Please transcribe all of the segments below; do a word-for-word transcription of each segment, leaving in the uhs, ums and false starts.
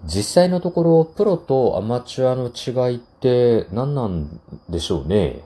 実際のところ、プロとアマチュアの違いって何なんでしょうね。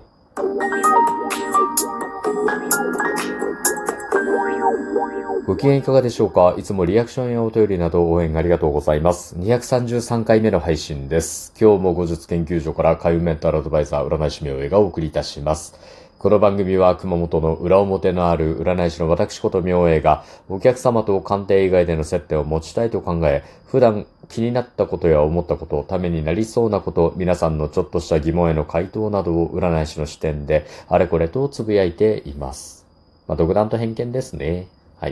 ご機嫌いかがでしょうか。いつもリアクションやお便りなど応援ありがとうございます。にひゃくさんじゅうさんかいめの配信です。今日も後日研究所から開運メンタルアドバイザー占い師名絵がお送りいたします。この番組は熊本の裏表のある占い師の私こと明恵がお客様と鑑定以外での接点を持ちたいと考え、普段気になったことや思ったこと、ためになりそうなこと、皆さんのちょっとした疑問への回答などを占い師の視点であれこれとつぶやいています。まあ、独断と偏見ですね。はい。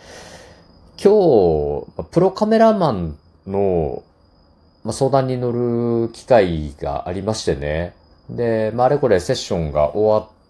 今日、プロカメラマンの相談に乗る機会がありましてね。で、まあ、あれこれセッションが終わって、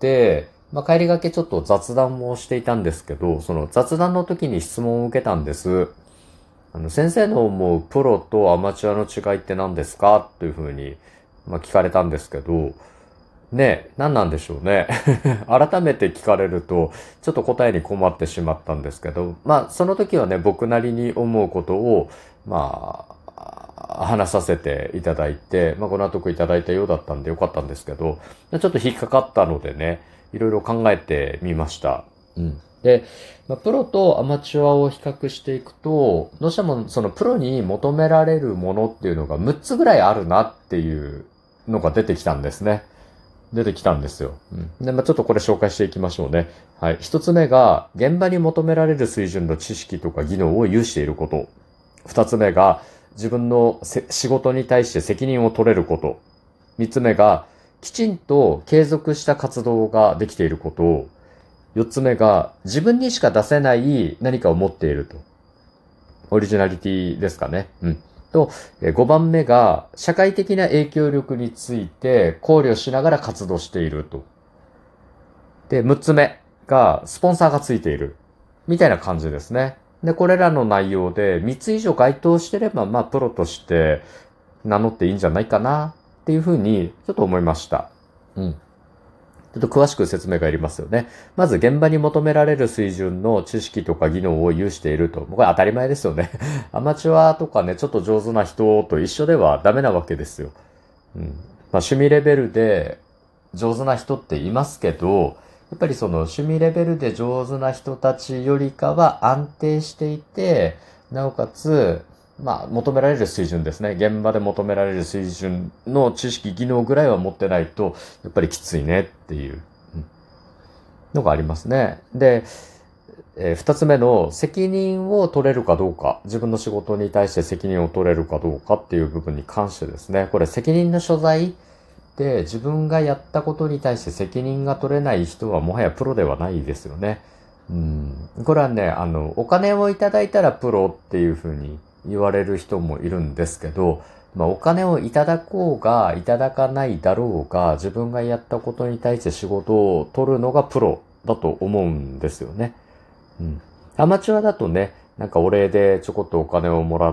まあ、帰りがけちょっと雑談もしていたんですけど、その雑談の時に質問を受けたんです。あの、先生の思うプロとアマチュアの違いって何ですかというふうに、まあ、聞かれたんですけど、ね、何なんでしょうね。改めて聞かれると、ちょっと答えに困ってしまったんですけど、まあ、その時はね、僕なりに思うことを、まあ、話させていただいて、まあ、ご納得いただいたようだったんでよかったんですけど、ちょっと引っかかったのでね、いろいろ考えてみました。うん。で、まあ、プロとアマチュアを比較していくと、どうしてもそのプロに求められるものっていうのがむっつぐらいあるなっていうのが出てきたんですね。出てきたんですよ。うん。で、まあ、ちょっとこれ紹介していきましょうね。はい。一つ目が、現場に求められる水準の知識とか技能を有していること。二つ目が、自分の仕事に対して責任を取れること。三つ目が、きちんと継続した活動ができていること。四つ目が、自分にしか出せない何かを持っていると。オリジナリティですかね。うん。と、ごばんめが、社会的な影響力について考慮しながら活動していると。で、むっつめが、スポンサーがついている。みたいな感じですね。で、これらの内容でみっつ以上該当してれば、まあ、プロとして名乗っていいんじゃないかな、っていうふうに、ちょっと思いました。うん。ちょっと詳しく説明がいりますよね。まず現場に求められる水準の知識とか技能を有していると。これ当たり前ですよね。アマチュアとかね、ちょっと上手な人と一緒ではダメなわけですよ。うん。まあ趣味レベルで上手な人っていますけど、やっぱりその趣味レベルで上手な人たちよりかは安定していて、なおかつ、まあ、求められる水準ですね。現場で求められる水準の知識、技能ぐらいは持ってないと、やっぱりきついねっていうのがありますね。で、えー、二つ目の責任を取れるかどうか、自分の仕事に対して責任を取れるかどうかっていう部分に関してですね、これ責任の所在で自分がやったことに対して責任が取れない人はもはやプロではないですよね。うん、これはね、あの、お金をいただいたらプロっていうふうに言われる人もいるんですけど、まあ、お金をいただこうがいただかないだろうが、自分がやったことに対して仕事を取るのがプロだと思うんですよね。うん。アマチュアだとね、なんかお礼でちょこっとお金をもらって、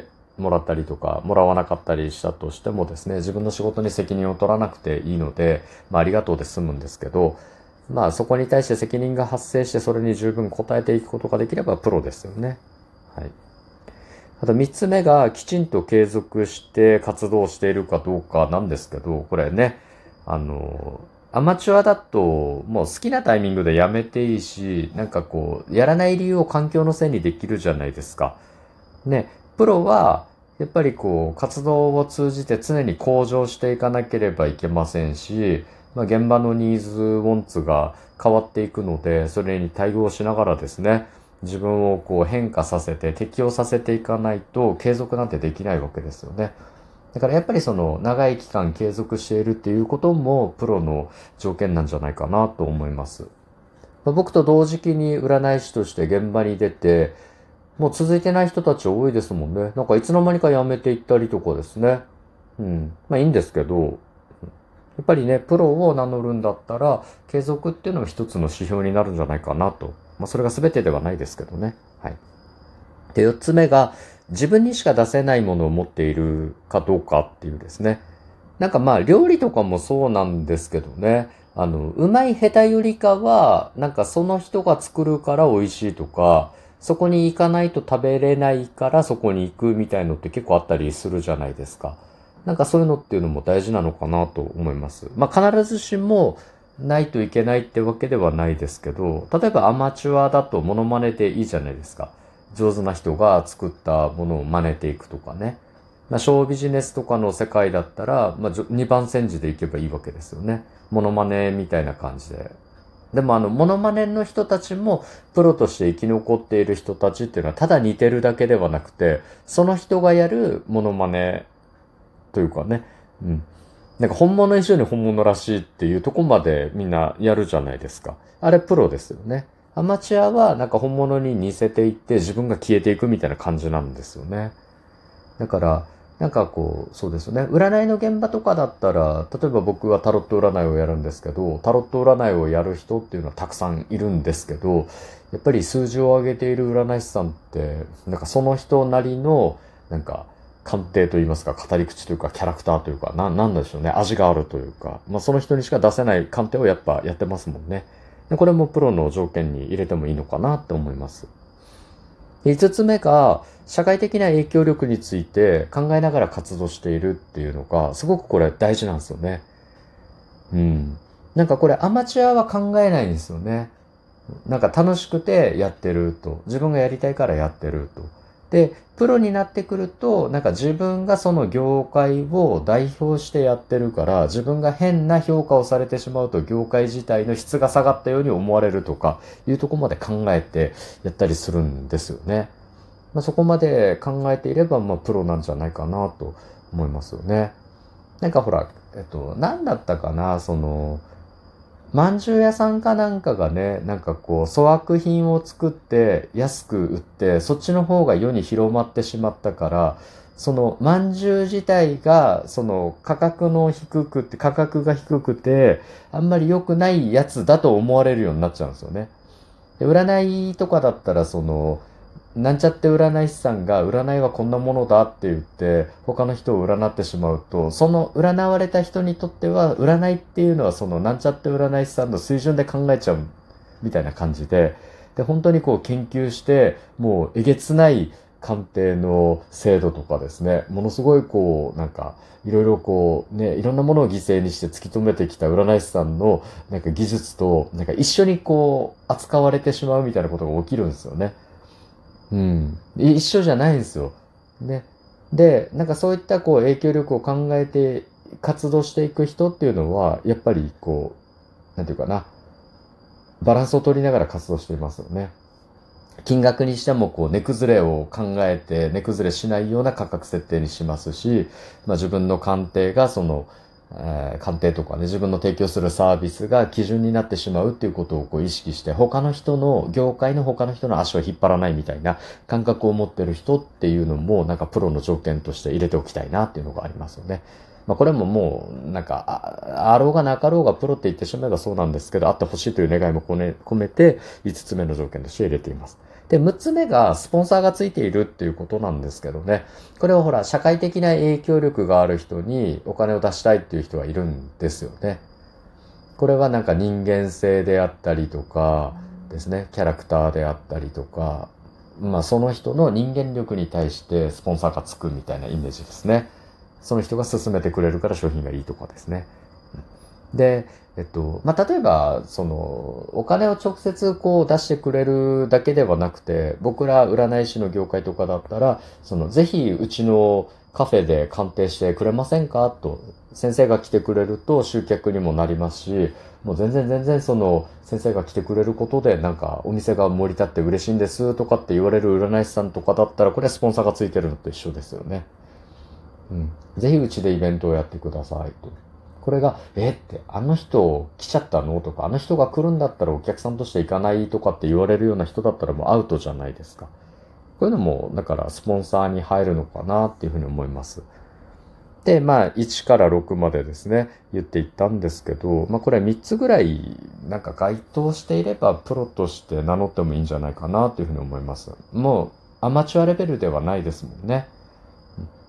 もらったりとか、もらわなかったりしたとしてもですね、自分の仕事に責任を取らなくていいので、まあありがとうで済むんですけど、まあそこに対して責任が発生してそれに十分応えていくことができればプロですよね。はい。あと三つ目がきちんと継続して活動しているかどうかなんですけど、これね、あの、アマチュアだともう好きなタイミングでやめていいし、なんかこう、やらない理由を環境のせいにできるじゃないですか。ね、プロはやっぱりこう、活動を通じて常に向上していかなければいけませんし、まあ、現場のニーズ、ウォンツが変わっていくので、それに対応しながらですね、自分をこう変化させて適応させていかないと継続なんてできないわけですよね。だからやっぱりその長い期間継続しているっていうこともプロの条件なんじゃないかなと思います。まあ、僕と同時期に占い師として現場に出て、もう続いてない人たち多いですもんね。なんかいつの間にか辞めていったりとかですね。うん。まあいいんですけど、やっぱりね、プロを名乗るんだったら、継続っていうのが一つの指標になるんじゃないかなと。まあそれが全てではないですけどね。はい。で、四つ目が、自分にしか出せないものを持っているかどうかっていうですね。なんかまあ料理とかもそうなんですけどね。あの、うまい下手よりかは、なんかその人が作るから美味しいとか、 そこに行かないと食べれないからそこに行くみたいのって結構あったりするじゃないですか。なんかそういうのっていうのも大事なのかなと思います。まあ必ずしもないといけないってわけではないですけど、例えばアマチュアだとモノマネでいいじゃないですか。上手な人が作ったものを真似ていくとかね。まあ、ショービジネスとかの世界だったら、まあ、にばん煎じでいけばいいわけですよね。モノマネみたいな感じで。でもあの、モノマネの人たちも、プロとして生き残っている人たちっていうのは、ただ似てるだけではなくて、その人がやるモノマネというかね、うん。なんか本物以上に本物らしいっていうとこまでみんなやるじゃないですか。あれプロですよね。アマチュアはなんか本物に似せていって自分が消えていくみたいな感じなんですよね。だから、なんかこう、そうですよね。占いの現場とかだったら、例えば僕はタロット占いをやるんですけど、タロット占いをやる人っていうのはたくさんいるんですけど、やっぱり数字を上げている占い師さんって、なんかその人なりの、なんか、鑑定といいますか、語り口というか、キャラクターというか、な、なんでしょうね、味があるというか、まあその人にしか出せない鑑定をやっぱやってますもんね。でこれもプロの条件に入れてもいいのかなって思います。五つ目が、社会的な影響力について考えながら活動しているっていうのが、すごくこれ大事なんですよね。うん。なんかこれアマチュアは考えないんですよね。なんか楽しくてやってると。自分がやりたいからやってると。で、プロになってくると、なんか自分がその業界を代表してやってるから、自分が変な評価をされてしまうと、業界自体の質が下がったように思われるとか、いうところまで考えてやったりするんですよね。まあ、そこまで考えていれば、まあ、プロなんじゃないかなと思いますよね。なんかほら、えっと、なんだったかな、その、まんじゅう屋さんかなんかがね、なんかこう、粗悪品を作って安く売って、そっちの方が世に広まってしまったから、その、まんじゅう自体が、その、価格の低くて、価格が低くて、あんまり良くないやつだと思われるようになっちゃうんですよね。で占いとかだったら、その、なんちゃって占い師さんが占いはこんなものだって言って他の人を占ってしまうと、その占われた人にとっては占いっていうのはそのなんちゃって占い師さんの水準で考えちゃうみたいな感じで、で本当にこう研究してもうえげつない鑑定の精度とかですね、ものすごいこうなんかいろいろこうね、いろんなものを犠牲にして突き止めてきた占い師さんのなんか技術となんか一緒にこう扱われてしまうみたいなことが起きるんですよね。うん。一緒じゃないんですよ。ね。で、なんかそういったこう影響力を考えて活動していく人っていうのは、やっぱりこう、なんていうかな、バランスを取りながら活動していますよね。金額にしてもこう値崩れを考えて値崩れしないような価格設定にしますし、まあ自分の鑑定がその、えー、鑑定とかね、自分の提供するサービスが基準になってしまうっていうことをこう意識して、他の人の、業界の他の人の足を引っ張らないみたいな感覚を持ってる人っていうのも、なんかプロの条件として入れておきたいなっていうのがありますよね。まあこれももう、なんか、あ、あろうがなかろうがプロって言ってしまえばそうなんですけど、あってほしいという願いも込めて、いつつめの条件として入れています。で、むっつめがスポンサーがついているっていうことなんですけどね。これはほら、社会的な影響力がある人にお金を出したいっていう人はいるんですよね。これはなんか人間性であったりとかですね、キャラクターであったりとか、まあその人の人間力に対してスポンサーがつくみたいなイメージですね。その人が勧めてくれるから商品がいいとかですね。で、えっと、まあ、例えば、その、お金を直接こう出してくれるだけではなくて、僕ら占い師の業界とかだったら、その、ぜひうちのカフェで鑑定してくれませんかと、先生が来てくれると集客にもなりますし、もう全然全然その、先生が来てくれることで、なんか、お店が盛り立って嬉しいんですとかって言われる占い師さんとかだったら、これはスポンサーがついてるのと一緒ですよね。うん。ぜひうちでイベントをやってくださいと。これが、えって、あの人来ちゃったのとか、あの人が来るんだったらお客さんとして行かないとかって言われるような人だったらもうアウトじゃないですか。こういうのも、だからスポンサーに入るのかなっていうふうに思います。で、まあ、いちからろくまでですね、言っていったんですけど、まあ、これみっつぐらい、なんか該当していれば、プロとして名乗ってもいいんじゃないかなというふうに思います。もう、アマチュアレベルではないですもんね。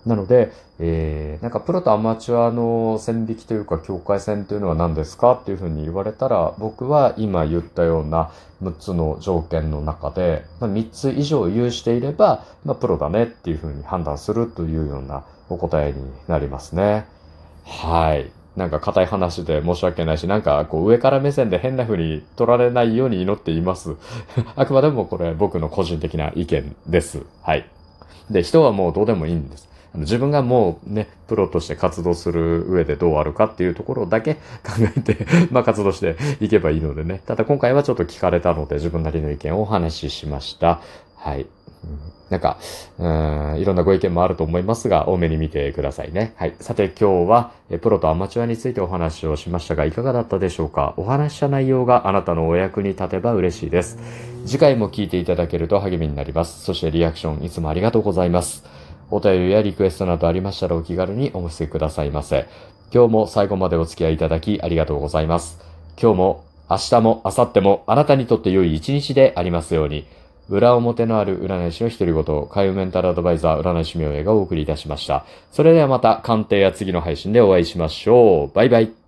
なので、えー、なんかプロとアマチュアの線引きというか境界線というのは何ですかっていうふうに言われたら、僕は今言ったようなむっつの条件の中で、まあ、みっつ以上有していれば、まあ、プロだねっていうふうに判断するというようなお答えになりますね。はい。なんか硬い話で申し訳ないし、なんかこう上から目線で変な風に取られないように祈っています。あくまでもこれ僕の個人的な意見です。はい。で、人はもうどうでもいいんです。自分がもうね、プロとして活動する上でどうあるかっていうところだけ考えて、まあ活動していけばいいのでね。ただ今回はちょっと聞かれたので自分なりの意見をお話ししました。はい。なんか、うーん、いろんなご意見もあると思いますが、多めに見てくださいね。はい。さて今日は、プロとアマチュアについてお話をしましたが、いかがだったでしょうか？お話した内容があなたのお役に立てば嬉しいです。次回も聞いていただけると励みになります。そしてリアクションいつもありがとうございます。お便りやリクエストなどありましたらお気軽にお寄せくださいませ。今日も最後までお付き合いいただきありがとうございます。今日も、明日も、明後日もあなたにとって良い一日でありますように。裏表のある占い師の独り言、開運メンタルアドバイザー占い師名映がお送りいたしました。それではまた鑑定や次の配信でお会いしましょう。バイバイ。